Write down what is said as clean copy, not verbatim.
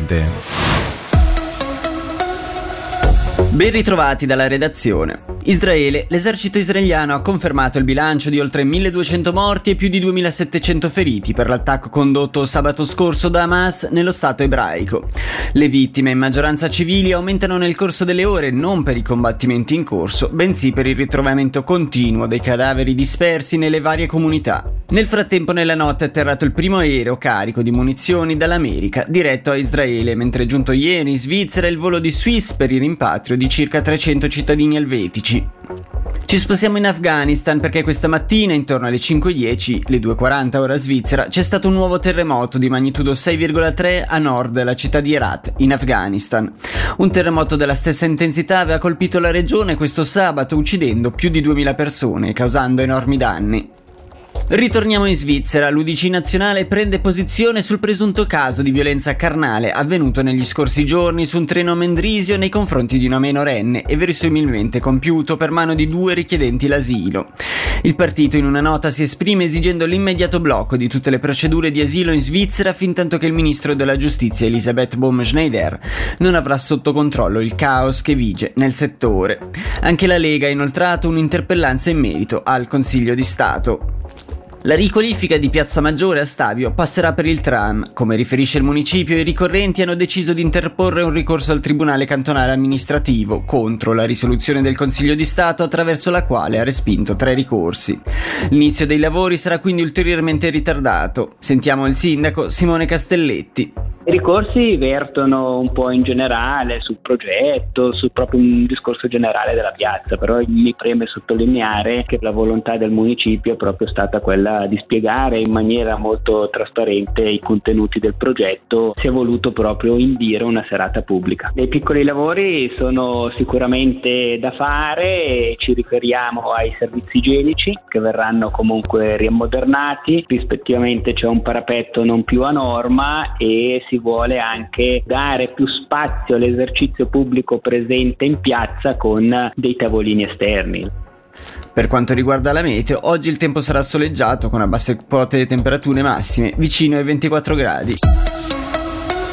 grande. Ben ritrovati dalla redazione. Israele, l'esercito israeliano ha confermato il bilancio di oltre 1200 morti e più di 2700 feriti per l'attacco condotto sabato scorso da Hamas nello stato ebraico. Le vittime, in maggioranza civili, aumentano nel corso delle ore non per i combattimenti in corso, bensì per il ritrovamento continuo dei cadaveri dispersi nelle varie comunità. Nel frattempo, nella notte è atterrato il primo aereo carico di munizioni dall'America, diretto a Israele, mentre è giunto ieri in Svizzera il volo di Swiss per il rimpatrio di circa 300 cittadini elvetici. Ci spostiamo in Afghanistan perché questa mattina, intorno alle 5:10, le 2:40 ora svizzera, c'è stato un nuovo terremoto di magnitudo 6,3 a nord della città di Herat, in Afghanistan. Un terremoto della stessa intensità aveva colpito la regione questo sabato, uccidendo più di 2000 persone e causando enormi danni. Ritorniamo in Svizzera. L'UDC nazionale prende posizione sul presunto caso di violenza carnale avvenuto negli scorsi giorni su un treno a Mendrisio nei confronti di una minorenne e verosimilmente compiuto per mano di 2 richiedenti l'asilo. Il partito in una nota si esprime esigendo l'immediato blocco di tutte le procedure di asilo in Svizzera fintanto che il ministro della giustizia Elisabeth Baum-Schneider non avrà sotto controllo il caos che vige nel settore. Anche la Lega ha inoltrato un'interpellanza in merito al Consiglio di Stato. La riqualifica di Piazza Maggiore a Stabio passerà per il tram. Come riferisce il municipio, i ricorrenti hanno deciso di interporre un ricorso al Tribunale Cantonale Amministrativo contro la risoluzione del Consiglio di Stato attraverso la quale ha respinto 3 ricorsi. L'inizio dei lavori sarà quindi ulteriormente ritardato. Sentiamo il sindaco Simone Castelletti. I ricorsi vertono un po' in generale sul progetto, su proprio un discorso generale della piazza, però mi preme sottolineare che la volontà del municipio è proprio stata quella di spiegare in maniera molto trasparente i contenuti del progetto. Si è voluto proprio indire una serata pubblica. I piccoli lavori sono sicuramente da fare, ci riferiamo ai servizi igienici che verranno comunque riammodernati, rispettivamente c'è un parapetto non più a norma e si vuole anche dare più spazio all'esercizio pubblico presente in piazza con dei tavolini esterni. Per quanto riguarda la meteo, oggi il tempo sarà soleggiato con a basse quote temperature massime vicino ai 24 gradi.